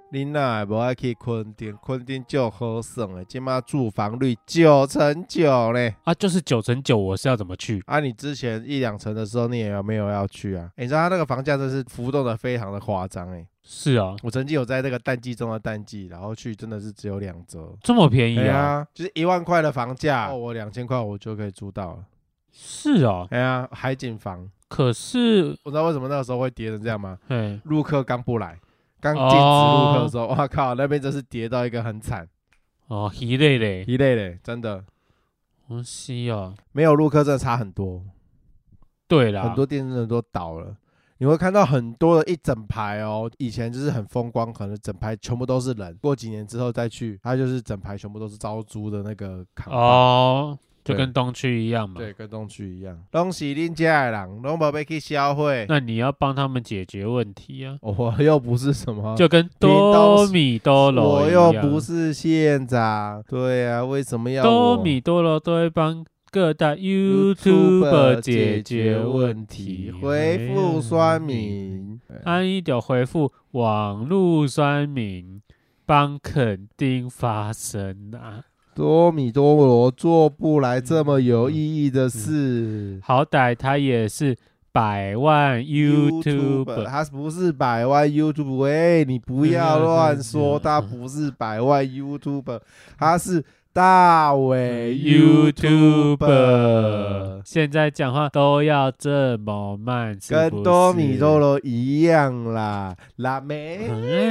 你哪会无爱去垦丁？垦丁就好耍的，现在住房率9%呢。 啊，就是9%，我是要怎么去？ 啊，你之前1-2成的时候，你也有没有要去啊？你知道它那个房价真是浮动的非常的夸张哎。 是啊， 我曾经有在那个淡季中的淡季，然后去真的是只有2折， 这么便宜对啊？ 啊，就是1万块的房价，我2000块我就可以租到了。 是啊， 哎呀，海景房。 可是我知道为什么那个时候会跌成这样吗？ 嘿， 陆客刚不来，刚禁止陆客的时候，哇靠，那边真是跌到一个很惨， 哦，一类嘞， 一类嘞，真的。 是啊， 没有陆客真的差很多， 对啦， 很多店真的都倒了。你会看到很多的一整排哦，以前就是很风光，可能整排全部都是人，过几年之后再去，它就是整排全部都是招租的那个扛棒。 哦，就跟东区一样嘛。 对，跟东区一样，都是恁家的人，都没要去消费。 那你要帮他们解决问题啊， 我又不是什么， 就跟多米多罗我一样， 又不是县长。对啊，为什么要多米多罗都会帮各大 YouTuber 解决问题， 回复酸民， 安一就回复网络酸民，帮垦丁发声啊！ 多米多罗做不来这么有意义的事。 好歹他也是100万 YouTuber， 他不是100万 YouTuber， 喂，你不要乱说，他不是100万 YouTuber， 他是大伟 YouTuber。 现在讲话都要这么慢，是不是跟多米多罗一样啦，辣妹。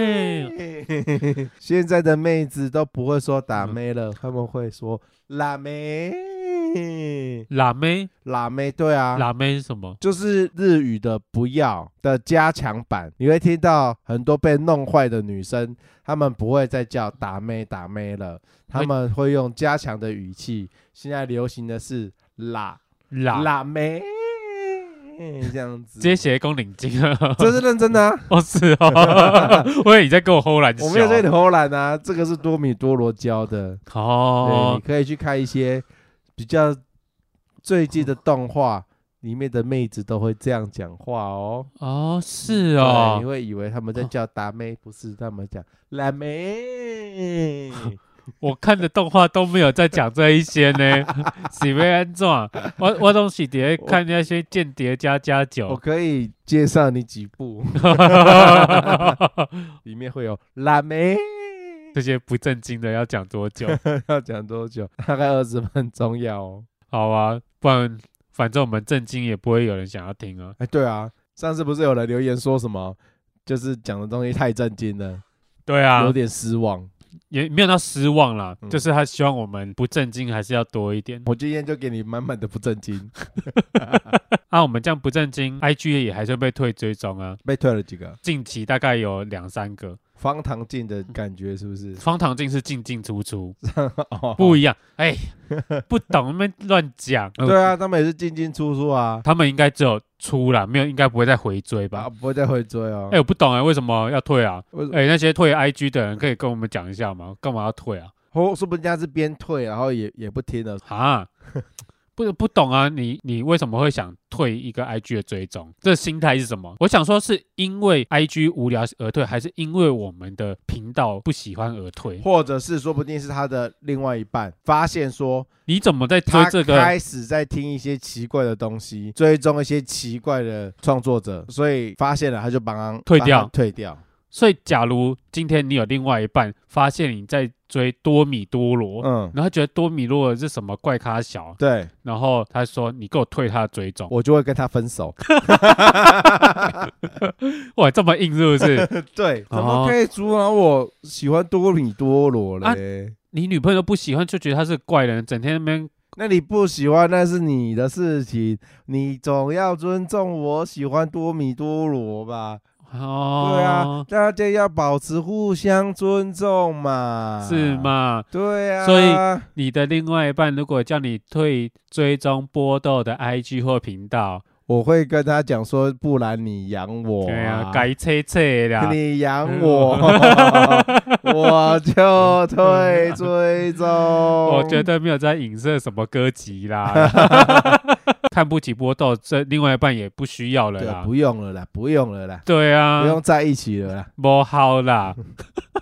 现在的妹子都不会说打妹了，他们会说辣妹。 辣妹， 辣妹，对啊， 辣妹是什么？ 就是日语的不要的加强版。你会听到很多被弄坏的女生，她们不会再叫打妹打妹了，她们会用加强的语气。现在流行的是辣妹这样子， 直接写公领巾了， 这是认真的啊。 哦，是哦，我以为你在跟我偷懒笑， 我没有在你偷懒啊，这个是多米多罗教的。对， 哦你，可以去看一些比较最近的动画，里面的妹子都会这样讲话哦。 哦，是对， 哦你，会以为他们在叫达妹，不是，他们讲辣妹。 我看的动画都没有在讲这一些呢，是要安怎？我都是在看那些间谍++9， 我可以介绍你几部，里面会有辣妹。 这些不正经的要讲多久？ 要讲多久？大概20分钟要哦。 好啊，不然反正我们正经也不会有人想要听啊。 哎，对啊，上次不是有人留言说什么，就是讲的东西太震惊了， 对啊， 有点失望。 也没有到失望啦，就是他希望我们不正经还是要多一点。 我今天就给你满满的不正经。 啊，我们这样不正经 ，IG 也还是会被退追踪啊。 被退了几个？ 近期大概有2-3个。 方唐镜的感觉是不是？ 方唐镜是进进出出， 哦不一样。哎，不懂那边乱讲。 对啊，他们也是进进出出啊。 他们应该只有出啦，没有，应该不会再回追吧？ 啊，不会再回追哦。 哎，我不懂哎，为什么要退啊？哎，那些退 IG 的人可以跟我们讲一下吗？干嘛要退啊？ 说不定他是边退，然后也不听了啊。不懂啊，你为什么会想退一个 IG 的追踪？这心态是什么？我想说是因为 IG 无聊而退，还是因为我们的频道不喜欢而退？ 或者是说不定是他的另外一半发现说， 你怎么在追这个？ 他开始在听一些奇怪的东西，追踪一些奇怪的创作者，所以发现了他就帮他退掉。 所以，假如今天你有另外一半发现你在追多米多罗，然后他觉得多米多罗是什么怪咖小， 对， 然后他说你给我退他的追踪， 我就会跟他分手。 哇，这么硬是不是？ 对，怎么可以阻挠我喜欢多米多罗嘞？ 啊，你女朋友不喜欢就觉得他是怪人，整天那边。 那你不喜欢那是你的事情，你总要尊重我喜欢多米多罗吧。 哦， 对啊，大家要保持互相尊重嘛， 是吗？ 对啊， 所以你的另外一半如果叫你退追踪波豆的 IG 或频道， 我会跟他讲说，不然你养我、 对啊，该切切啦， 你养我，我就退追踪。 我绝对没有在影射什么歌集啦。看不起波豆，这另外一半也不需要了啦， 不用了啦，不用了啦， 对啊， 不用在一起了啦， 不好啦。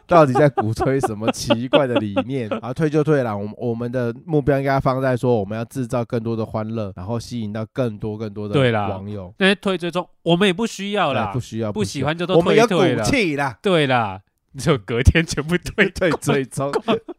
到底在鼓吹什么奇怪的理念？啊，退就退啦，我们的目标应该放在说，我们要制造更多的欢乐，然后吸引到更多的网友。 那些退追踪我们也不需要啦， 不需要， 不喜欢就都我们有退骨气啦。 对啦，就隔天全部退追踪。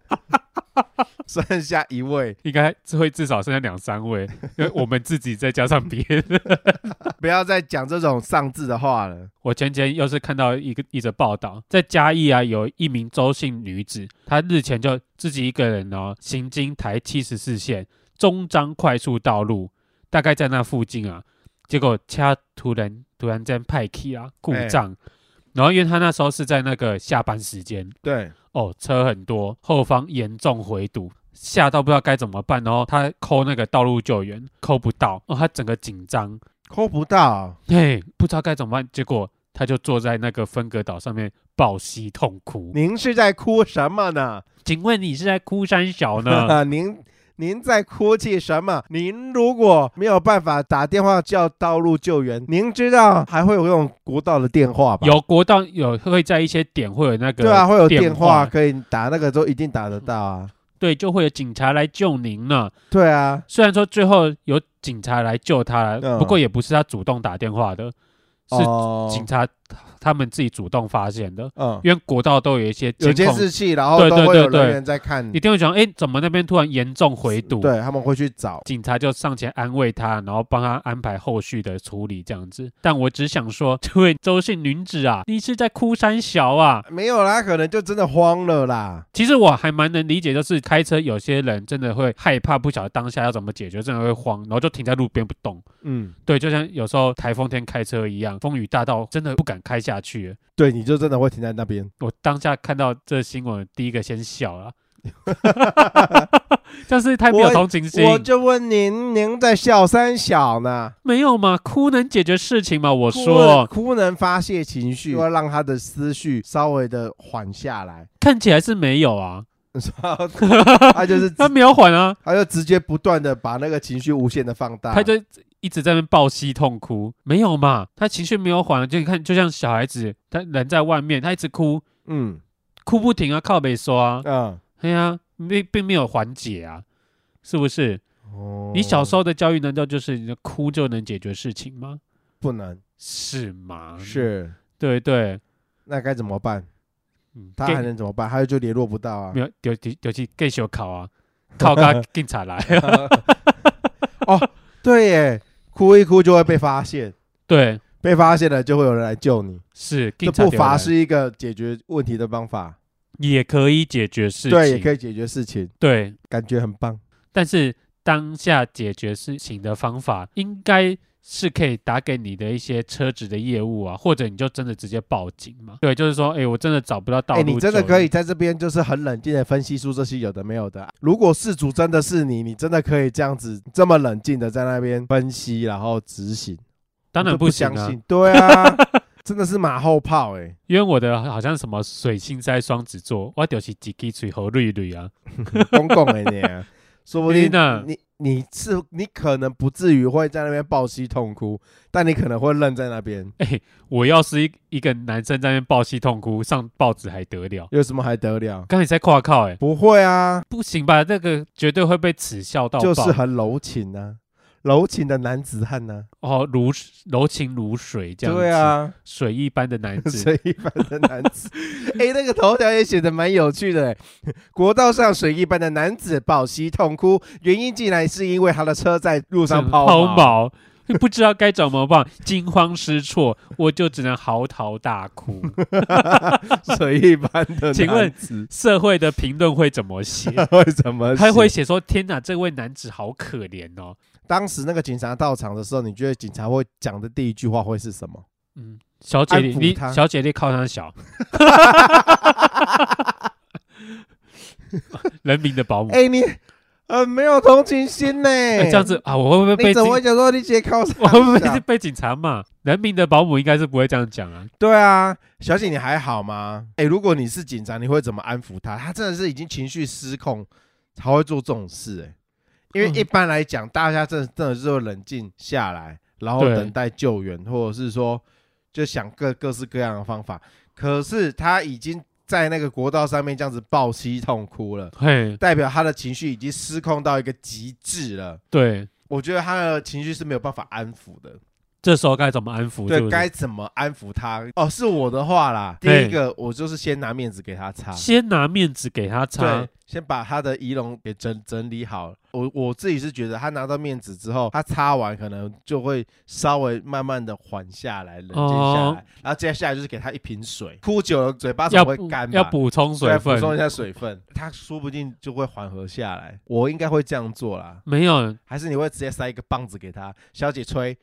剩下1位， 应该会至少剩下2-3位，因为我们自己再加上别人。 不要再讲这种丧志的话了。 我前又是看到一则报道，在嘉义啊，有一名周姓女子，她日前就自己一个人行经台74线中彰快速道路，大概在那附近啊，结果车突然间派气啊，故障。然后因为他那时候是在那个下班时间， 对， 车很多，后方严重回堵，吓到不知道该怎么办。然后他call那个道路救援，call不到，他整个紧张 ，call不到， 不知道该怎么办。结果他就坐在那个分隔岛上面抱膝痛哭。 您是在哭什么呢？ 请问你是在哭三小呢？ 您在哭泣什么？您如果没有办法打电话叫道路救援，您知道还会有用国道的电话吧？ 有国道会在一些点会有那个， 对啊，会有电话可以打，那个都一定打得到啊。 对，就会有警察来救您呢。 对啊， 虽然说最后有警察来救他了，不过也不是他主动打电话的，是警察他们自己主动发现的。因为国道都有一些监视器，然后都会有人员在看， 一定会讲，怎么那边突然严重回堵？ 对，他们会去找， 警察就上前安慰他，然后帮他安排后续的处理这样子。但我只想说，这位周姓女子啊，你是在哭三小啊？ 没有啦，可能就真的慌了啦。 其实我还蛮能理解，就是开车有些人真的会害怕，不晓得当下要怎么解决，真的会慌，然后就停在路边不动。对，就像有时候台风天开车一样，风雨大到真的不敢开下去。 对，你就真的会停在那边。 我当下看到这新闻，第一个先笑了，但是太没有同情心。 我就问您在笑三小呢？ 没有嘛，哭能解决事情吗？我说哭能发泄情绪，要让他的思绪稍微的缓下来。 看起来是没有啊。 他就是他没有缓啊， 他就直接不断的把那个情绪无限的放大， 他就一直在那边抱膝痛哭。没有嘛，他情绪没有缓，就你看，就像小孩子，他人在外面，他一直哭，哭不停啊，靠北刷啊，对啊，并没有缓解啊，是不是？你小时候的教育难道就是你哭就能解决事情吗？ 不能， 是吗？ 是， 对， 那该怎么办？他还能怎么办？他就联络不到啊， 没有，就是继续考啊，考到警察来。 对耶，哭一哭就会被发现， 对， 被发现了就会有人来救你， 是， 这不乏是一个解决问题的方法， 也可以解决事情， 对，也可以解决事情， 对， 感觉很棒。 但是当下解决事情的方法应该是可以打给你的一些车子的业务啊，或者你就真的直接报警嘛。对，就是说，我真的找不到道路。 你真的可以在这边就是很冷静的分析出这些有的没有的。如果事主真的是你真的可以这样子这么冷静的在那边分析，然后执行？ 当然不行啊， 相信，对啊，真的是马后炮因为我的好像什么水星在双子座，我就是一支嘴好锐锐啊， 公公的你啊，说不定你可能不至于会在那边抱膝痛哭，但你可能会愣在那边。 我要是一个男生在那边抱膝痛哭，上报纸还得了？ 有什么还得了？ 刚才在夸靠不会啊， 不行吧？这个绝对会被耻笑到爆， 就是很柔情啊。柔情的男子汉呢？ 柔情如水这样子。 对啊， 水一般的男子， 水一般的男子。那个头条也写得蛮有趣的。国道上水一般的男子抱膝痛哭，原因竟然是因为他的车在路上抛锚， 不知道该怎么办，惊慌失措，我就只能嚎啕大哭。 水一般的男子， 请问社会的评论会怎么写？ 会怎么写？ 他会写说：“天哪，这位男子好可怜哦。” 当时那个警察到场的时候，你觉得警察会讲的第一句话会是什么？ 小姐你靠他小。人民的保姆。 你没有同情心呢。 这样子啊，我会不会被？ 你怎么会讲说你姐靠？ 我会不会被警察骂？人民的保姆应该是不会这样讲啊。 对啊，小姐你还好吗？如果你是警察，你会怎么安抚他？他真的是已经情绪失控才会做这种事因为一般来讲，大家真的是会冷静下来，然后等待救援，或者是说就想各式各样的方法。可是他已经在那个国道上面这样子抱膝痛哭了， 嘿， 代表他的情绪已经失控到一个极致了。 对， 我觉得他的情绪是没有办法安抚的。 这时候该怎么安抚？ 对，该怎么安抚他？哦，是我的话啦，第一个我就是先拿面子给他擦， 先拿面子给他擦， 对，先把他的仪容给整理好。我自己是觉得，他拿到面子之后，他擦完可能就会稍微慢慢的缓下来，冷静下来，然后接下来就是给他一瓶水，哭久了嘴巴总会干吧， 要补充水分， 补充一下水分，他说不定就会缓和下来。我应该会这样做啦。 没有， 还是你会直接塞一个棒子给他，小姐吹。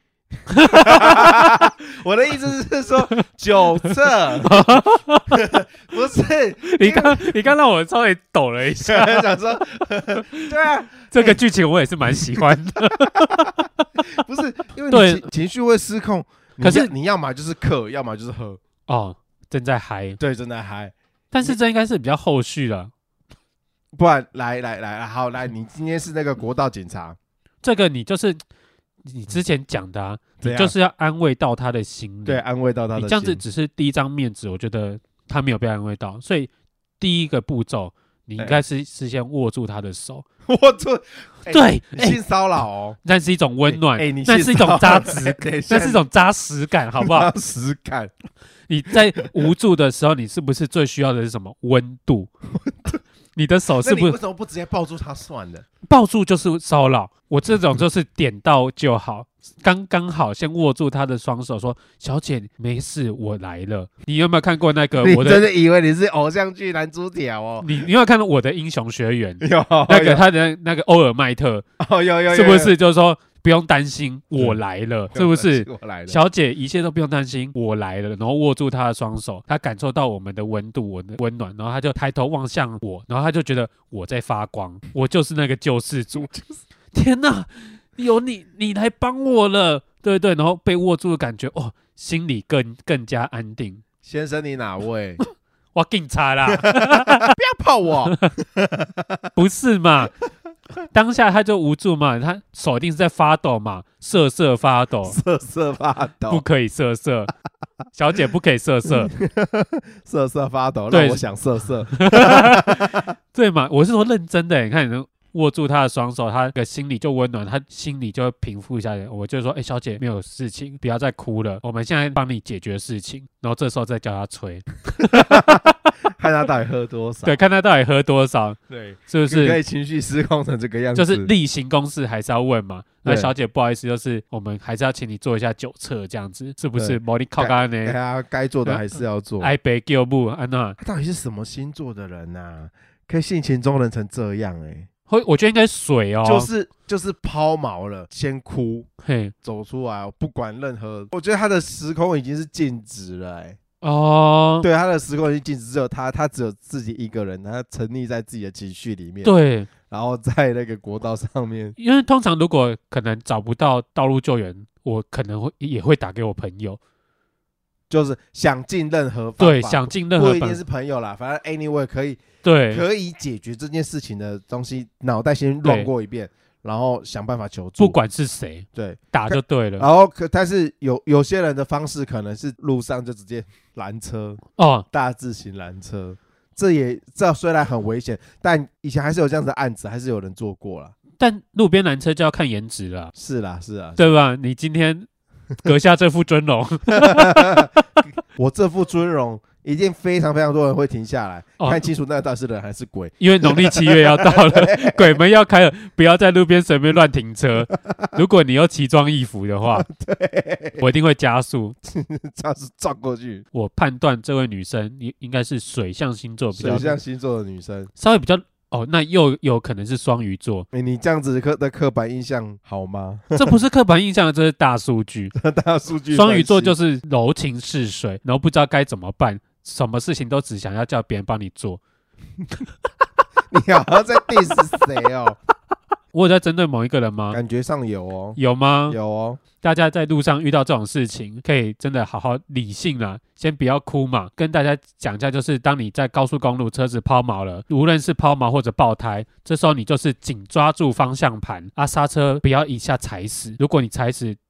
我的意思是说酒测不是你刚让我稍微抖了一下想说对啊， 这个剧情我也是蛮喜欢的不是因为你情绪会失控， 可是你要么就是嗑，要么就是喝。 哦，正在嗨， 对，正在嗨。 但是这应该是比较后续了， 不然来好来，你今天是那个国道警察， 这个你就是你之前讲的啊，你就是要安慰到他的心， 对，安慰到他的心。 你这样子只是第一张面子，我觉得他没有被安慰到，所以第一个步骤你应该是先握住他的手， 握住， 对， 性骚扰哦， 那是一种温暖，那是一种扎实，那是一种扎实感，好不好？ 扎实感。 你在无助的时候，你是不是最需要的是什么？温度。你的手是不是？ 你为什么不直接抱住他算了？ 抱住就是骚扰，我这种就是点到就好，刚刚好先握住他的双手，说：“小姐没事，我来了。”你有没有看过那个？ 你真的以为你是偶像剧男主角哦？ 你有没有看到我的英雄学院？ 有那个他的那个欧尔麦特， 有， 是不是就是说？不用担心，我来了，是不是？ 我来了， 小姐，一切都不用担心，我来了。然后握住她的双手，她感受到我们的温度，我的温暖，然后她就抬头望向我，然后她就觉得我在发光，我就是那个救世主。天哪，有你来帮我了，对对。然后被握住的感觉，哦，心里更加安定。 先生，你哪位？ 我警察啦， 不要泡我， 不是嘛？当下他就无助嘛，他手一定是在发抖嘛，瑟瑟发抖， 瑟瑟发抖， 不可以瑟瑟，小姐不可以瑟瑟， 瑟瑟发抖，让我想瑟瑟， 对嘛？我是说认真的，你看你握住他的双手，他的心里就温暖，他心里就会平复下来。我就说，小姐没有事情，不要再哭了，我们现在帮你解决事情，然后这时候再叫他吹。 看他到底喝多少， 对，看他到底喝多少， 对， 是不是可以情绪失控成这个样子？ 就是例行公事还是要问嘛。那小姐不好意思，就是我们还是要请你做一下酒测，这样子是不是？某你靠干呢？ 他该做的还是要做。 爱杯救不安娜， 他到底是什么星座的人啊？可以性情中人成这样我觉得应该水哦， 就是抛锚了，先哭， 嘿， 走出来，不管任何，我觉得他的时空已经是静止了哦， 对，他的时空已经静止，只有他只有自己一个人，他沉溺在自己的情绪里面， 对， 然后在那个国道上面， 因为通常如果可能找不到道路救援，我可能也会打给我朋友， 就是想尽任何方法， 对，想尽任何不一定是朋友啦，反正 anyway 可以解决这件事情的东西，脑袋先乱过一遍。然后想办法求助， 不管是谁， 对， 打就对了。 然后但是有些人的方式可能是路上就直接拦车，大字型拦车，这虽然很危险，但以前还是有这样子的案子，还是有人做过啦。 但路边拦车就要看颜值了， 是啦， 对吧？你今天阁下这副尊容， 我这副尊容。一定非常非常多人会停下来，看清楚那到底是人还是鬼。 因为农历7月要到了，鬼门要开了，不要在路边随便乱停车。如果你有奇装异服的话，对，我一定会加速， 这样子撞过去。 我判断这位女生应该是水象星座比较， 水象星座的女生， 稍微比较。那又有可能是双鱼座。 你这样子的刻板印象好吗？ 这不是刻板印象，这是大数据。大数据，双鱼座就是柔情似水，然后不知道该怎么办，什么事情都只想要叫别人帮你做。 你好像在 diss 谁哦？ 我有在针对某一个人吗？ 感觉上有哦。 有吗？ 有哦。 大家在路上遇到这种事情，可以真的好好理性啦，先不要哭嘛。跟大家讲一下，就是当你在高速公路车子抛锚了，无论是抛锚或者爆胎，这时候你就是紧抓住方向盘刹车不要一下踩死。如果你踩死，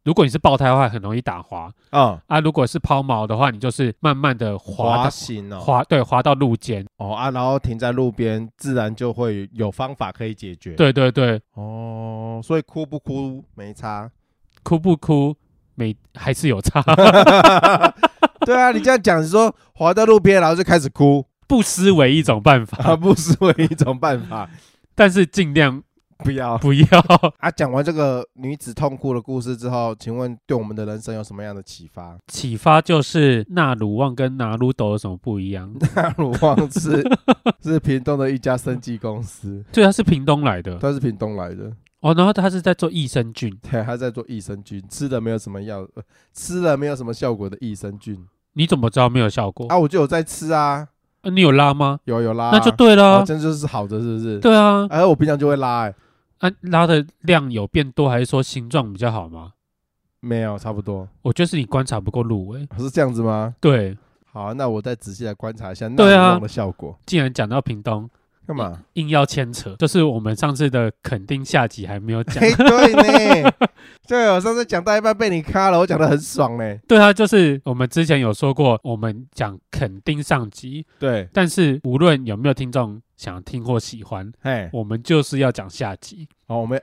如果你是爆胎的话，很容易打滑。如果是抛锚的话，你就是慢慢的滑行滑到路肩。 然后停在路边，自然就会有方法可以解决。 对对对。 所以哭不哭没差， 哭不哭还是有差。 对啊，你这样讲，你说滑到路边，然后就开始哭， 不失为一种办法。 不失为一种办法， 但是尽量不要讲完这个女子痛哭的故事之后，请问对我们的人生有什么样的启发？ 启发就是纳鲁旺跟拿鲁斗有什么不一样？ 纳鲁旺是屏东的一家生技公司。 对，他是屏东来的。 他是屏东来的。 然后他是在做益生菌。 对，他在做益生菌，吃了没有什么吃了没有什么效果的益生菌。 你怎么知道没有效果？ 我就有在吃啊。 你有拉吗？ 有拉。 那就对了。 真就是好的，是不是？ 对啊。 我平常就会拉。 拉的量有变多，还是说形状比较好吗？ 没有，差不多。 我觉得是你观察不够入微。 是这样子吗？ 对。 好，那我再仔细来观察一下纳鲁旺的效果。 既然讲到屏东， 干嘛硬要牵扯？就是我们上次的垦丁下集还没有讲。 对呢。对，我上次讲到一半被你卡了，我讲得很爽呢。 对啊，就是我们之前有说过，我们讲垦丁上集。 对。 但是无论有没有听众想听或喜欢，我们就是要讲下集。 我们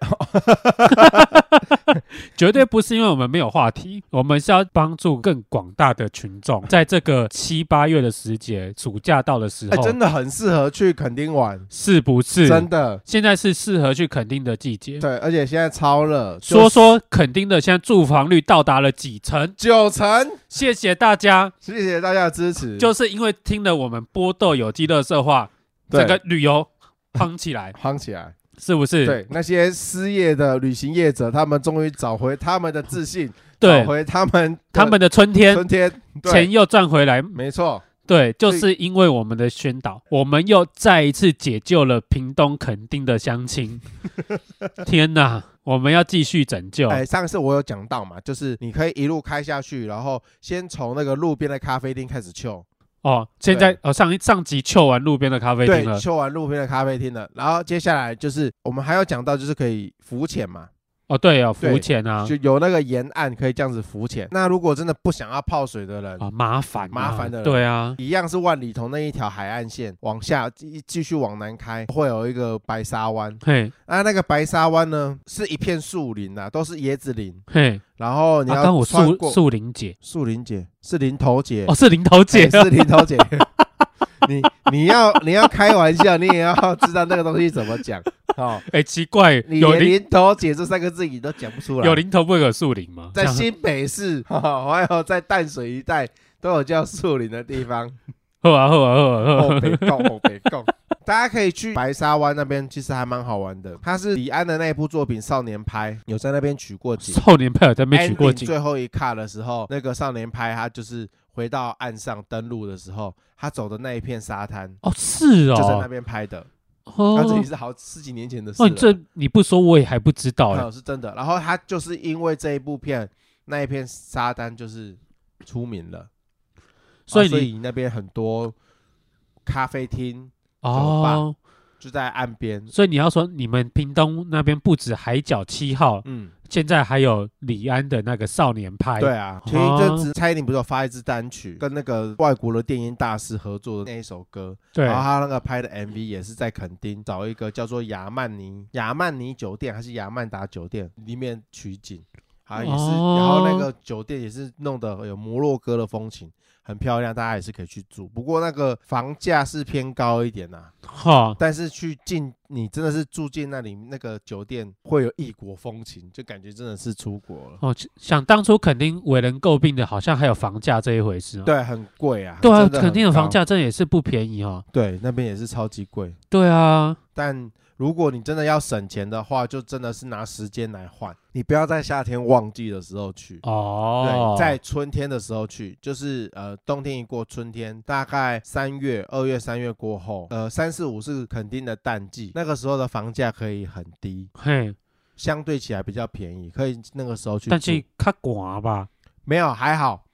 绝对不是因为我们没有话题，我们是要帮助更广大的群众，在这个7、8月的时节，暑假到的时候， 真的很适合去垦丁玩， 是不是？ 真的， 现在是适合去垦丁的季节。 对，而且现在超热。 说垦丁的现在住房率到达了几成 ？9成。 谢谢大家， 谢谢大家的支持。 就是因为听了我们波豆有机垃圾话，整个旅游夯起来，是不是？ 对，那些失业的旅行业者，他们终于找回他们的自信， 找回他们的春天，钱又赚回来。 没错。 对，就是因为我们的宣导，我们又再一次解救了屏东垦丁的乡亲。天哪，我们要继续拯救。 上次我有讲到嘛，就是你可以一路开下去，然后先从那个路边的咖啡厅开始揪。 现在上集揪完路边的咖啡厅了。 对，揪完路边的咖啡厅了，然后接下来就是我们还要讲到，就是可以浮潜嘛。 对，浮潜啊， 就有那个沿岸可以这样子浮潜。那如果真的不想要泡水的人， 麻烦的人， 对啊， 一样是万里头那一条海岸线往下继续往南开，会有一个白沙湾。那个白沙湾呢，是一片树林啊，都是椰子林。然后你要穿过树林节是林头节是林头节， 是林头节。你要开玩笑，你也要知道那个东西怎么讲。 奇怪， 你连林头节这3个字你都讲不出来。 有林头不会有树林吗？ 在新北市，还有在淡水一带都有叫树林的地方。北贡，大家可以去白沙湾那边，其实还蛮好玩的。它是李安的那一部作品《少年派》，有在那边取过景。 少年派有在那边取过景。 最后一卡的时候，那个少年派他就是回到岸上登陆的时候，他走的那一片沙滩。 是哦， 就在那边拍的。这也是好10几年前的事了。 这你不说我也还不知道。 是真的。然后他就是因为这一部片，那一片沙滩就是出名了。所以那边很多咖啡厅、酒吧就在岸边。 所以你要说你们屏东那边不止海角7号，现在还有李安的那个少年派。 对啊，前一阵子蔡依林不是有发一支单曲，跟那个外国的电音大师合作的那一首歌。对，然后他那个拍的 MV 也是在垦丁找一个叫做亚曼尼酒店还是亚曼达酒店里面取景。也是，然后那个酒店也是弄得有摩洛哥的风情，很漂亮，大家也是可以去住。不过那个房价是偏高一点但是你真的是住进那里那个酒店会有异国风情，就感觉真的是出国了。 想当初垦丁为人诟病的好像还有房价这一回事。 对，很贵啊。 对啊，垦丁的房价真的也是不便宜。 对，那边也是超级贵。 对啊， 但如果你真的要省钱的话，就真的是拿时间来换。你不要在夏天旺季的时候去。对，在春天的时候去，就是冬天一过，春天大概2月、3月过后，3、4、5是垦丁的淡季，那个时候的房价可以很低，相对起来比较便宜，可以那个时候去住。 但是较寒吧？ 没有，还好。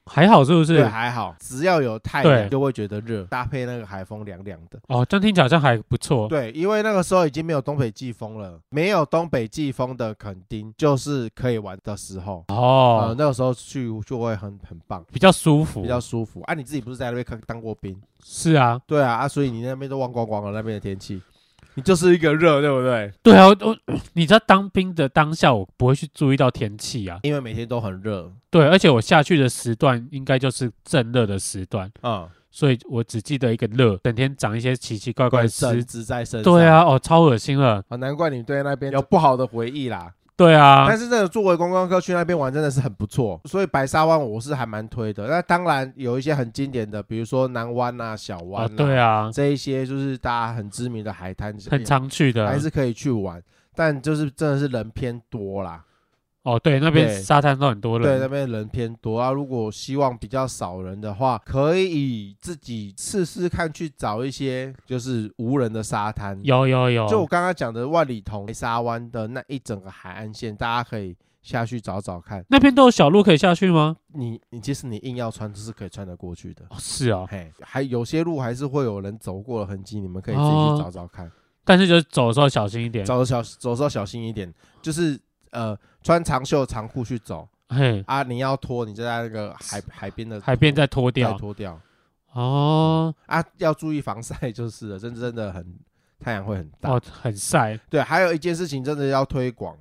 还好是不对， 是？ 还好，只要有太对阳就会觉得热，搭配那个海风凉凉的。 哦，这样听起来好像还不错。 对，因为那个时候已经没有东北季风了，没有东北季风的垦丁就是可以玩的时候。 哦， 那个时候去就会很棒， 比较舒服， 比较舒服。啊，你自己不是在那边当过兵？ 是啊， 对啊，所以你那边都忘光光了那边的天气，你就是一个热，对不对？ 对啊，你知道当兵的当下，我不会去注意到天气啊， 因为每天都很热。 对，而且我下去的时段应该就是正热的时段，所以我只记得一个热，整天长一些奇奇怪怪的疹子在身上。 对啊，哦，超恶心了。 难怪你对那边有不好的回忆啦。 对啊， 但是这个作为观光客去那边玩真的是很不错，所以白沙湾我是还蛮推的。那当然有一些很经典的，比如说南湾啊、小湾啊， 对啊， 这一些就是大家很知名的海滩， 很常去的， 还是可以去玩，但就是真的是人偏多啦。 哦，对，那边沙滩都很多人， 对，那边人偏多啊。如果希望比较少人的话，可以自己试试看去找一些就是无人的沙滩。 有， 就我刚刚讲的万里桐白沙湾的那一整个海岸线，大家可以下去找找看。 那边都有小路可以下去吗？ 你其实你硬要穿，就是可以穿得过去的。 是啊， 还有些路还是会有人走过的痕迹，你们可以自己去找找看。 但是就是走的时候小心一点， 走的时候小心一点，就是穿长袖长裤去走。啊，你要脱，你就在那个海边再脱掉。哦，啊，要注意防晒就是了，真的很太阳会很大， 很晒。 对，还有一件事情真的要推广，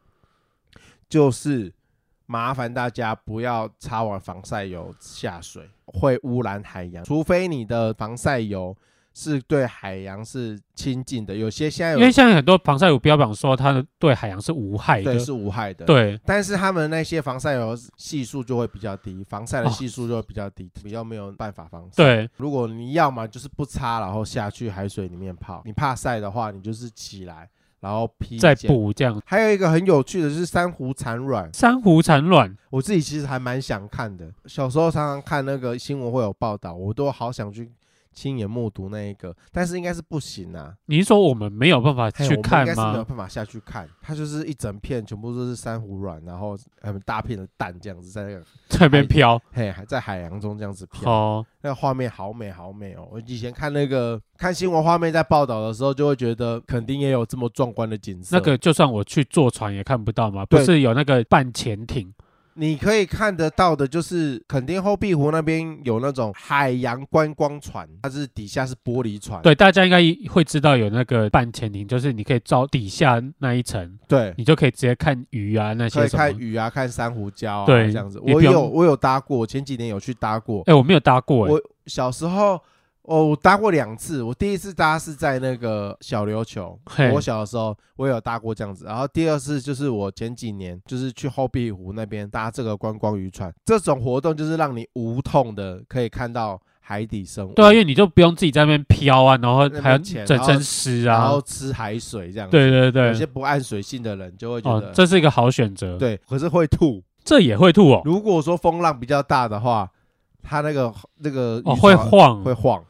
就是麻烦大家不要擦完防晒油下水，会污染海洋，除非你的防晒油是对海洋是亲近的。有些现在因为现在很多防晒乳标榜说它对海洋是无害的， 对，是无害的， 对。 但是他们那些防晒油系数就会比较低，防晒的系数就会比较低，比较没有办法防晒。 对， 如果你要嘛就是不擦，然后下去海水里面泡。你怕晒的话，你就是起来然后披再补这样。 还有一个很有趣的就是珊瑚产卵，我自己其实还蛮想看的。小时候常常看那个新闻会有报道，我都好想去亲眼目睹那一个，但是应该是不行啊。 你是说我们没有办法去看吗？ 我们应该是没有办法下去看，它就是一整片全部都是珊瑚卵，然后很大片的蛋这样子在那边飘， 还在海洋中这样子飘。那个画面好美好美哦！我以前看新闻画面在报道的时候，就会觉得肯定也有这么壮观的景色。 那个就算我去坐船也看不到吗？不是有那个半潜艇？ 你可以看得到的就是垦丁后壁湖那边有那种海洋观光船，它是底下是玻璃船。 对，大家应该会知道有那个半潜艇，就是你可以照底下那一层， 对， 你就可以直接看鱼啊那些什么， 可以看鱼啊，看珊瑚礁啊， 对， 这样子。我有搭过，前几年有去搭过。 我没有搭过。 我小时候。我搭过2次，我第一次搭是在那个小琉球，我小的时候我有搭过这样子，然后第二次就是我前几年就是去后壁湖那边搭这个观光渔船，这种活动就是让你无痛的可以看到海底生物。 对啊，因为你就不用自己在那边飘啊，然后还要整身湿啊， 然后吃海水这样子。 对， 有些不爱水性的人就会觉得， 这是一个好选择。 对，可是会吐， 这也会吐哦。 如果说风浪比较大的话，它那个会晃。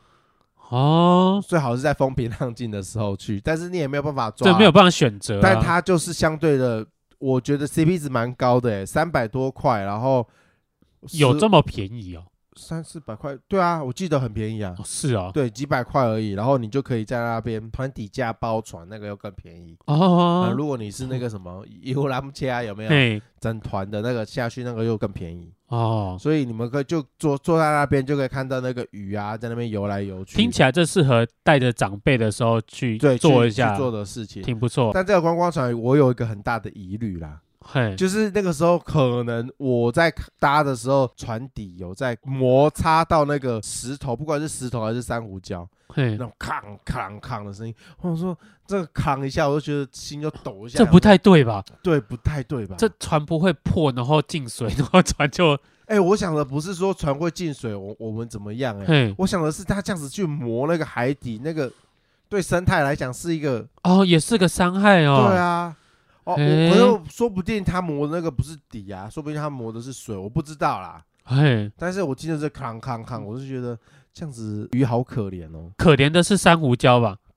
最好是在风平浪静的时候去，但是你也没有办法抓， 这没有办法选择。 但它就是相对的，我觉得 CP 值蛮高的，300多块，然后有这么便宜哦 ？300-400块，对啊，我记得很便宜啊。 是啊， 对，几百块而已，然后你就可以在那边团底价包船，那个又更便宜如果你是那个什么游览车有没有？整团的那个下去，那个又更便宜所以你们可以就坐在那边，就可以看到那个鱼啊在那边游来游去。 听起来这适合带着长辈的时候去做一下去做的事情， 挺不错。 但这个观光船我有一个很大的疑虑啦。就是那个时候可能我在搭的时候船底有在摩擦到那个石头，不管是石头还是珊瑚礁，那种抗的声音，或者说这个抗一下我就觉得心就抖一下。 这不太对吧？ 对，不太对吧？ 这船不会破然后进水，然后船就我想的不是说船会进水我们怎么样我想的是他这样子去磨那个海底，那个对生态来讲是一个也是个伤害对啊可是说不定他磨的那个不是底啊，说不定他磨的是水，我不知道啦。但是我记得这抗，我就觉得这样子鱼好可怜哦。 可怜的是珊瑚礁吧？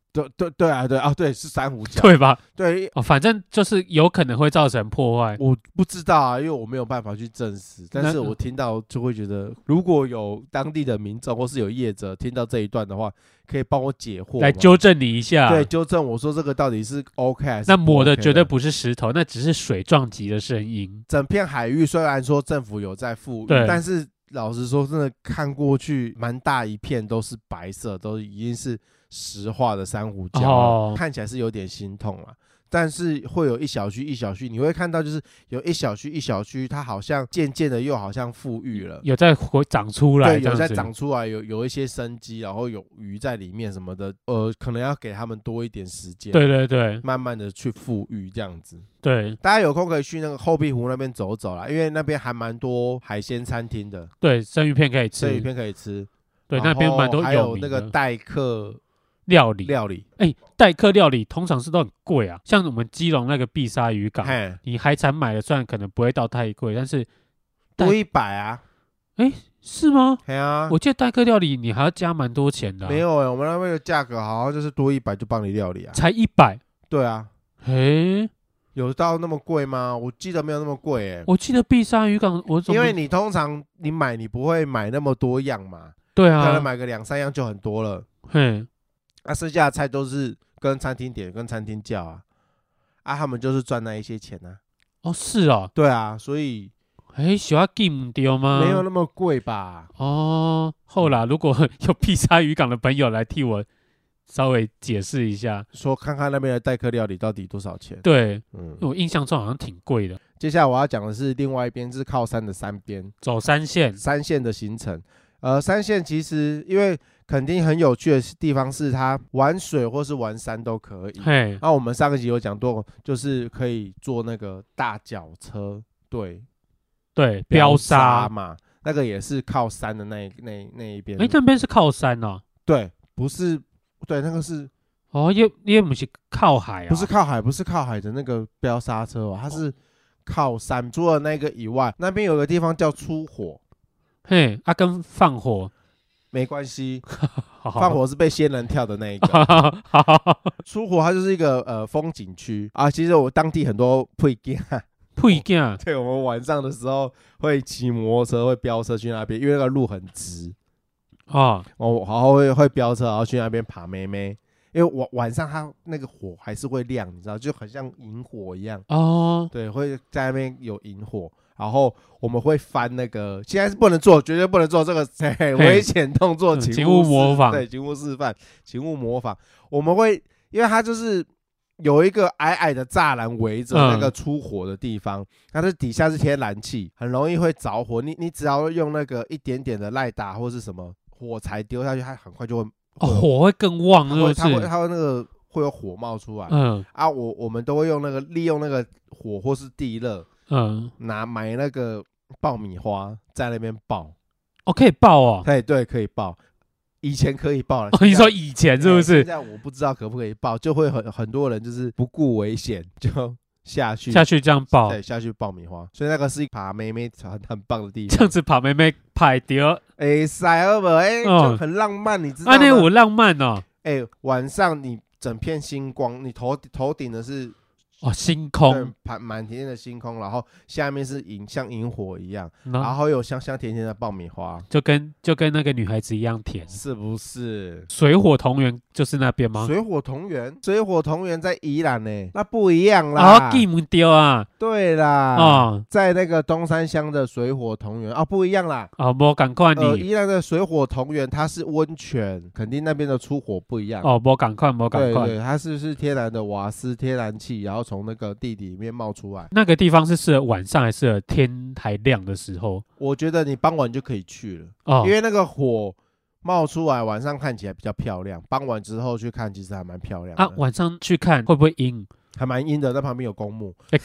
对，是珊瑚礁， 对吧？ 对， 反正就是有可能会造成破坏。 我不知道啊，因为我没有办法去证实，但是我听到就会觉得，如果有当地的民众或是有业者听到这一段的话，可以帮我解惑， 来纠正你一下。 对，纠正我说这个到底是 OK 还是不 OK 的。 那抹的绝对不是石头，那只是水撞击的声音。 整片海域虽然说政府有在富裕，但是老实说，真的看过去蛮大一片都是白色，都已经是石化的珊瑚礁，看起来是有点心痛啦。但是会有一小区一小区，你会看到就是有一小区一小区，它好像渐渐的又好像富裕了， 有在长出来， 对，有在长出来，有一些生机，然后有鱼在里面什么的，可能要给他们多一点时间， 对， 慢慢的去富裕这样子。 对， 大家有空可以去那个后壁湖那边走走啦，因为那边还蛮多海鲜餐厅的， 对，生鱼片可以吃，对，那边蛮多有名的， 还有那个代客料理，代客料理通常是都很贵啊，像我们基隆那个碧沙渔港，你海产买的虽然可能不会到太贵，但是多100啊， 是吗？我记得代客料理你还要加蛮多钱的。 没有我们那边的价格好像就是多100就帮你料理啊， 才100？ 对啊，有到那么贵吗？我记得没有那么贵我记得碧沙渔港因为你通常你买你不会买那么多样嘛， 对啊， 可能买个2-3样就很多了，剩下的菜都是跟餐厅点跟餐厅叫啊，他们就是赚那一些钱啊。 是啊， 对啊，所以小要金丢吗？ 没有那么贵吧？ 后来如果有碧沙渔港的朋友来替我稍微解释一下， 说看看那边的代客料理到底多少钱？ 对，我印象中好像挺贵的。 接下来我要讲的是另外一边，是靠山的山边， 走山线的行程。山线其实因为垦丁很有趣的地方是它玩水或是玩山都可以。那我们上一集有讲过，就是可以坐那个大脚车，对，飙沙嘛，那个也是靠山的那一边。 那边是靠山哦？ 对，不是，对，那个是也不是靠海啊， 不是靠海的那个飙沙车它是靠山。除了那个以外，那边有个地方叫出火。 跟放火没关系，放火是被仙人跳的那一个。出火它就是一个风景区啊。其实我当地很多配件，对，我们晚上的时候会骑摩托车，会飙车去那边，因为那个路很直然后会飙车，然后去那边爬妹妹。因为晚上它那个火还是会亮，你知道，就很像萤火一样对，会在那边有萤火。然后我们会翻那个，现在是不能做，绝对不能做这个危险动作，请勿模仿。对，请勿示范，请勿模仿。我们会，因为它就是有一个矮矮的栅栏围着那个出火的地方，它是底下是天然气，很容易会着火。你只要用那个一点点的赖打或是什么火柴丢下去，它很快就会火会更旺， 它会那个会有火冒出来。我们都会用那个利用那个火或是地热。买那个爆米花在那边爆。 可以爆对，可以爆。以前可以爆了。 你说以前是不是？ 现在我不知道可不可以爆，就会很多人就是不顾危险就下去这样爆。 对，下去爆米花。所以那个是爬妹妹很棒的地方。 这样子爬妹妹拍掉， 就很浪漫，你知道吗？ 那我浪漫晚上你整片星光，你头顶的是星空， 满天的星空，然后下面是像萤火一样，然后有香香甜甜的爆米花， 就跟那个女孩子一样甜， 是不是？ 水火同源就是那边吗？ 水火同源在宜兰呢，那不一样啦。 丢啊！ 对啦，在那个东山乡的水火同源不一样啦。 没赶快你。 宜兰的水火同源它是温泉，肯定那边的出火不一样。 没赶快。 对，它是天然的瓦斯、天然气，然后从那个地底里面冒出来。 那个地方是适合晚上还是适合天还亮的时候？我觉得你傍晚就可以去了，因为那个火冒出来，晚上看起来比较漂亮。傍晚之后去看，其实还蛮漂亮的。 晚上去看会不会阴？ 还蛮阴的，那旁边有公墓。 不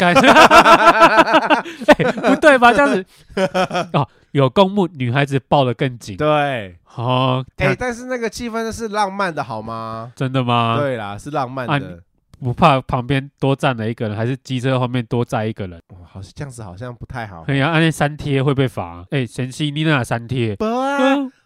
对吧？这样子有公墓，女孩子抱得更紧。 对，但是那个气氛是浪漫的，好吗？ 真的吗？ 对啦，是浪漫的。 不怕旁边多站了一个人，还是机车后面多载一个人？ 好像这样子好像不太好。 那删贴会被罚。晨曦你那删贴？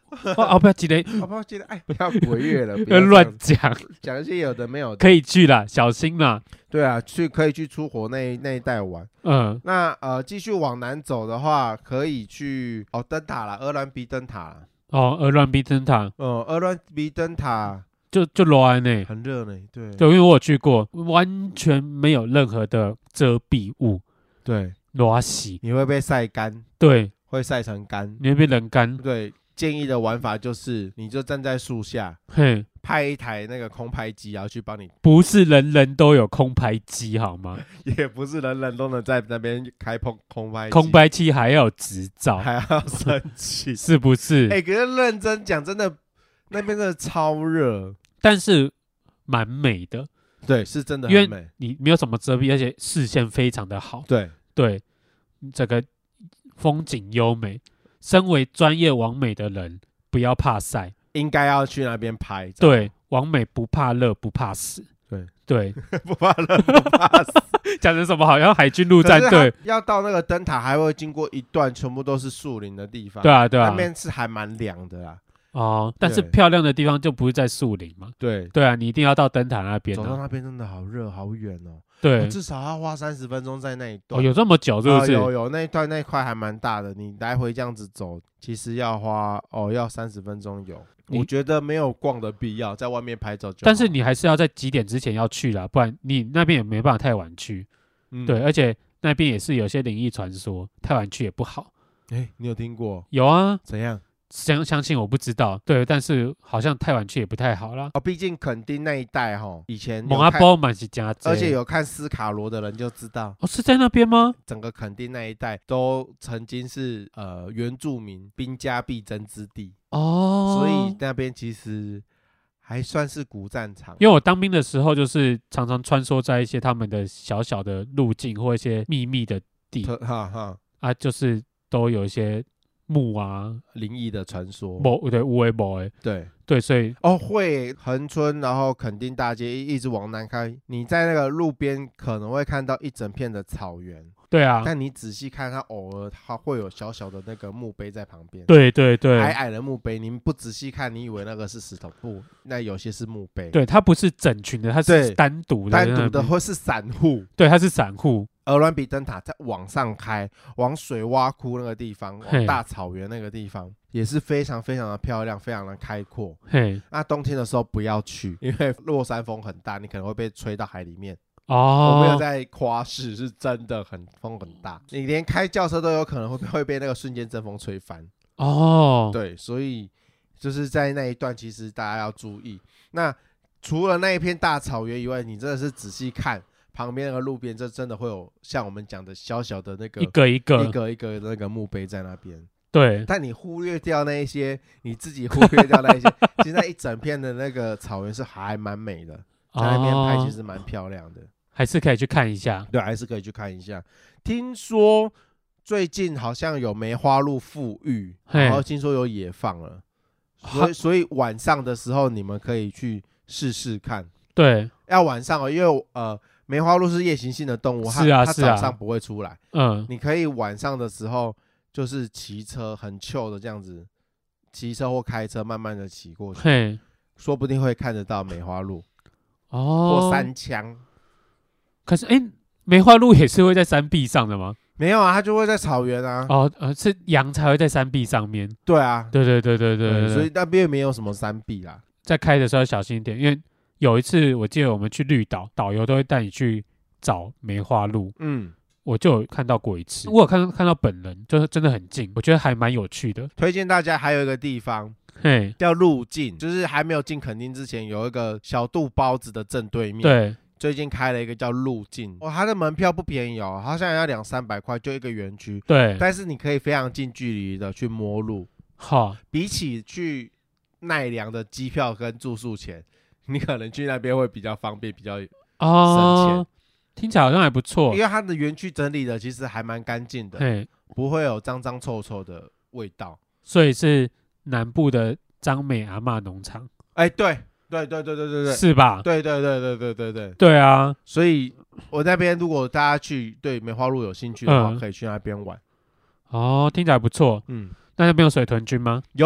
不要急嘞， 不要记得，哎，不要鬼月了，不不要要乱讲， 讲一些有的没有的。 可以去啦，小心啦。 对啊，可以去出火那一带玩。那继续往南走的话，可以去灯塔啦，鹅銮鼻灯塔啦。 鹅銮鼻灯塔， 鹅銮鼻灯塔就热呢， 很热呢。对， 因为我有去过，完全没有任何的遮蔽物， 对， 热死， 你会被晒干， 对， 会晒成干， 你会被冷干。 对，建议的玩法就是，你就站在树下， 嘿， 派一台那个空拍机，然后去帮你。 不是人人都有空拍机好吗？ 也不是人人都能在那边开空拍机， 空拍机还要有执照， 还要申请， 是不是？ 可是认真讲，真的那边真的超热， 但是蛮美的。 对，是真的很美，因为你没有什么遮蔽，而且视线非常的好。对，这个风景优美。身为专业网美的人，不要怕晒， 应该要去那边拍。 对，网美不怕热，不怕死。对， 不怕热，不怕死。 讲成什么好像海军陆战队？ 要到那个灯塔，还会经过一段全部都是树林的地方。 对啊， 那边是还蛮凉的啦。 但是漂亮的地方就不是在树林嘛。对啊，你一定要到灯塔那边。 走到那边真的好热，好远哦。 对， 至少要花30分钟在那一段。 有这么久是不是？ 有那一段那一块还蛮大的，你来回这样子走，其实要花要30分钟有。我觉得没有逛的必要，在外面拍照就好。 但是你还是要在几点之前要去啦，不然你那边也没办法太晚去。对，而且那边也是有些灵异传说，太晚去也不好。 你有听过？ 有啊。 怎样？ 相信我不知道，对，但是好像太晚去也不太好啦。 毕竟垦丁那一带以前蒙阿波蛮是加， 而且有看斯卡罗的人就知道， 是在那边吗？ 整个垦丁那一带都曾经是原住民兵家必争之地所以那边其实还算是古战场。 因为我当兵的时候，就是常常穿梭在一些他们的小小的路径或一些秘密的地，就是都有一些墓啊， 灵异的传说， 对，有的没的，对，所以会恒春，然后垦丁大街一直往南开，你在那个路边可能会看到一整片的草原， 对啊， 但你仔细看，它偶尔它会有小小的那个墓碑在旁边， 对， 矮矮的墓碑，你不仔细看，你以为那个是石头，不，那有些是墓碑， 对，它不是整群的，它是单独的或是散户， 对，它是散户。 鹅銮鼻灯塔再往上开，往水洼窟那个地方，往大草原那个地方，也是非常非常的漂亮，非常的开阔。那冬天的时候不要去，因为落山风很大，你可能会被吹到海里面。我没有在夸饰，是真的风很大，你连开轿车都有可能会被那个瞬间阵风吹翻。对，所以就是在那一段，其实大家要注意。那除了那一片大草原以外，你真的是仔细看。旁边那个路边，这真的会有像我们讲的小小的那个一个的那个墓碑在那边。对，但你忽略掉那一些，你自己忽略掉那一些，其实那一整片的那个草原是还蛮美的，在那边拍其实蛮漂亮的，还是可以去看一下。对，还是可以去看一下。听说最近好像有梅花鹿复育，然后听说有野放了，所以晚上的时候你们可以去试试看。对，要晚上因为梅花鹿是夜行性的动物，它早上不会出来。你可以晚上的时候就是骑车很chill的这样子，骑车或开车慢慢的骑过去，说不定会看得到梅花鹿或山羌。可是梅花鹿也是会在山壁上的吗？没有啊，它就会在草原啊。是羊才会在山壁上面。对啊，对，所以那边没有什么山壁啦。在开的时候要小心一点，因为有一次我记得我们去绿岛，导游都会带你去找梅花鹿，我就有看到过一次，我有看到本人，就是真的很近，我觉得还蛮有趣的。推荐大家还有一个地方叫路径，就是还没有进垦丁之前，有一个小肚包子的正对面，对，最近开了一个叫路径，它的门票不便宜好像要200-300块就一个园区，对，但是你可以非常近距离的去摸鹿，比起去奈良的机票跟住宿钱，你可能去那边会比较方便，比较省钱。听起来好像还不错，因为它的园区整理的其实还蛮干净的，不会有脏脏臭臭的味道。所以是南部的张美阿嬷农场。对，是吧？对。对啊，所以我那边如果大家去对梅花鹿有兴趣的话，可以去那边玩。听起来不错。那边有水豚君吗？有。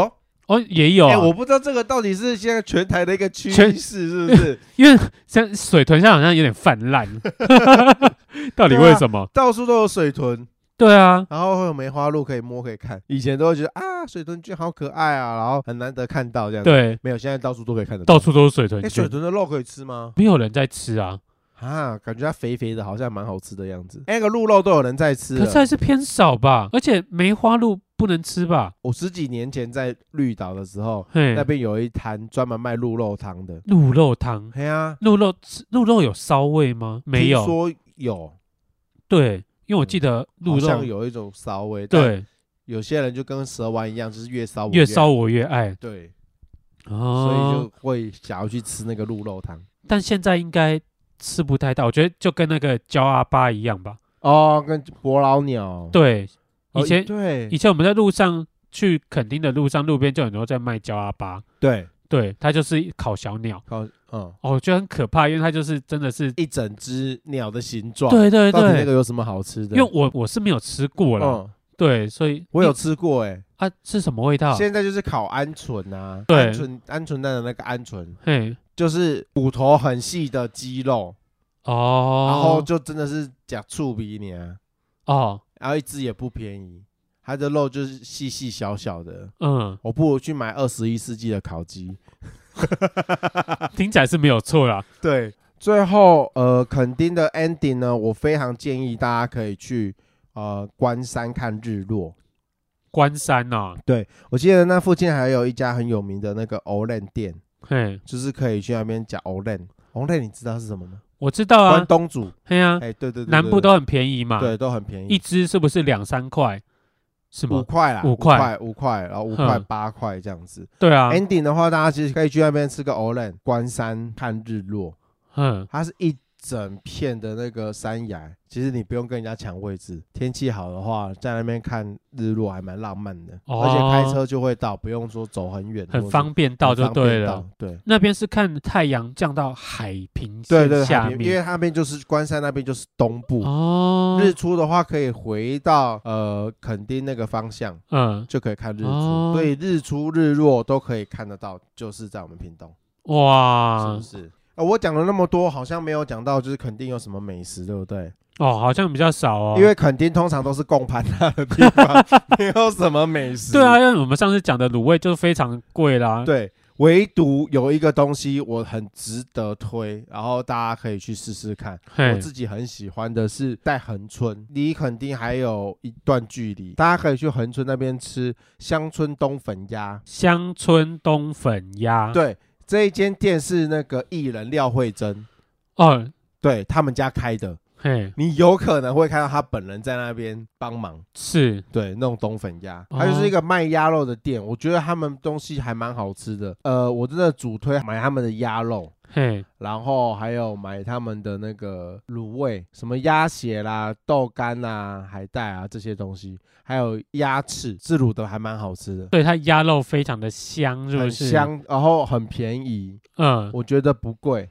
哦，也有啊， 我不知道这个到底是现在全台的一个趋势是不是？ 因为像水豚现在好像有点泛滥，到底为什么？ 到处都有水豚。 对啊， 然后会有梅花鹿可以摸可以看，以前都会觉得啊水豚菌好可爱啊，然后很难得看到这样子。 对， 没有，现在到处都可以看得到。 到处都是水豚菌。 水豚的肉可以吃吗？ 没有人在吃啊。 感觉它肥肥的，好像蛮好吃的样子。那个鹿肉都有人在吃， 可是还是偏少吧。而且梅花鹿不能吃吧？ 我10几年前在绿岛的时候，那边有一摊专门卖鹿肉汤的。 鹿肉汤？ 对啊， 鹿肉有骚味吗？没有。 听说有。 对，因为我记得鹿肉好像有一种骚味。 对， 有些人就跟蛇丸一样，就是越烧我越爱。 对， 哦， 所以就会想要去吃那个鹿肉汤。 但现在应该吃不太到，我觉得就跟那个焦阿巴一样吧。 哦，跟伯劳鸟。 对，以前我们在路上去垦丁的路上，路边就很多在卖焦阿巴。对，它就是烤小鸟。我觉得很可怕，因为它就是真的是一整只鸟的形状。 对， 到底那个有什么好吃的？ 因为我是没有吃过啦。对，所以我有吃过是什么味道？ 现在就是烤鹌鹑啊， 对， 鹌鹑蛋的那个鹌鹑， 就是骨头很细的鸡肉然后就真的是假醋鼻你然后一只也不便宜，它的肉就是细细小小的。我不如去买21世纪的烤鸡。 听起来是没有错啦。 对，最后垦丁的 ending 呢，我非常建议大家可以去关山看日落。 关山啊？ 对，我记得那附近还有一家很有名的那个 Olen 店，就是可以去那边讲 Olen 你知道是什么吗？ 我知道啊， 关东煮。 对，南部都很便宜嘛。 对，都很便宜， 一只是不是2-3块？是吗？5 块啦，5块，然后5块8块这样子。 对啊 ，ending 的话，大家其实可以去那边吃个 Olen 关山看日落。它是一整片的那个山崖，其实你不用跟人家抢位置，天气好的话，在那边看日落还蛮浪漫的。而且开车就会到，不用说走很远， 很方便到就对了。 对， 那边是看太阳降到海平线下面， 因为那边就是关山那边就是东部。日出的话可以回到垦丁那个方向，就可以看日出。所以日出日落都可以看得到，就是在我们屏东。哇，是不是？我讲了那么多，好像没有讲到就是垦丁有什么美食，对不对？ 好像比较少哦。 因为垦丁通常都是供盘它的地方，没有什么美食。 对啊，因为我们上次讲的卤味就非常贵啦。 对，唯独有一个东西我很值得推，然后大家可以去试试看。我自己很喜欢的是在恒春，离垦丁还有一段距离，大家可以去恒春那边吃乡村冬粉鸭。 乡村冬粉鸭， 对。这一间店是那个艺人廖慧珍对他们家开的。你有可能会看到他本人在那边帮忙， 是对弄冬粉鸭。它就是一个卖鸭肉的店，我觉得他们东西还蛮好吃的。我真的主推买他们的鸭肉，然后还有买他们的那个卤味，什么鸭血啦、豆干啊、海带啊这些东西，还有鸭翅，自卤的还蛮好吃的。 对，它鸭肉非常的香，是不是？ 很香，然后很便宜，我觉得不贵。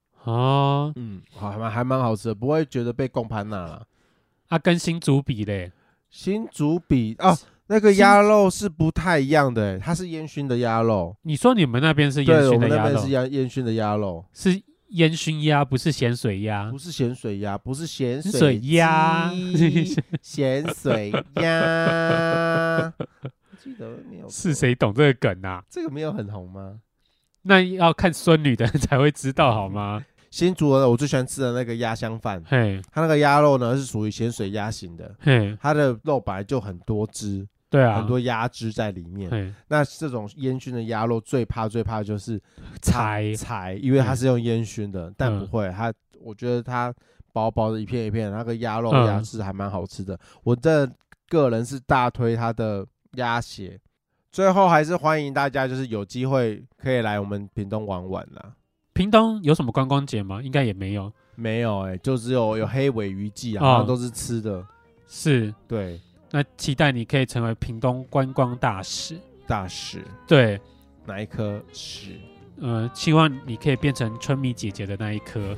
还蛮好吃的，不会觉得被供盘拿了。 跟新竹比嘞？ 新竹比那个鸭肉是不太一样的，它是烟熏的鸭肉。 你说你们那边是烟熏的鸭肉？对，我们那边是烟熏的鸭肉， 是烟熏鸭，不是咸水鸭。 不是咸水鸭，不是咸水鸭，咸水鸭。记得没有？ 是谁懂这个梗啊？ 这个没有很红吗？ 那要看孙女的人才会知道好吗？ 新竹的我最喜欢吃的那个鸭香饭，它那个鸭肉呢是属于咸水鸭型的，它的肉本来就很多汁， 对啊， 很多鸭汁在里面。那这种烟熏的鸭肉最怕就是柴，因为它是用烟熏的，但不会，我觉得它薄薄的一片一片，那个鸭肉鸭汁还蛮好吃的。我个人是大推它的鸭血。最后还是欢迎大家，就是有机会可以来我们屏东玩玩啦。 屏东有什么观光节吗？应该也没有。 没有就只有黑尾鱼季啊，都是吃的。 是， 对。 那期待你可以成为屏东观光大使。对， 哪一颗屎？ 希望你可以变成春米姐姐的那一颗。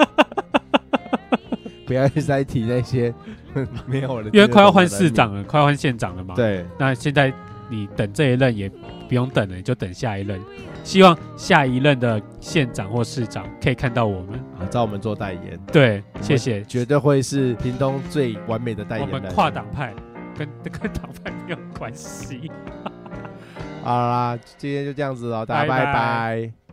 不要一直在提那些没有人， 因为快要换市长了，快要换县长了嘛。 对， 那现在你等这一任也不用等了，你就等下一任。希望下一任的县长或市长可以看到我们， 找我们做代言。 对，谢谢， 绝对会是屏东最完美的代言人。 我们跨党派，跟党派没有关系。 好啦，今天就这样子了，大家拜拜。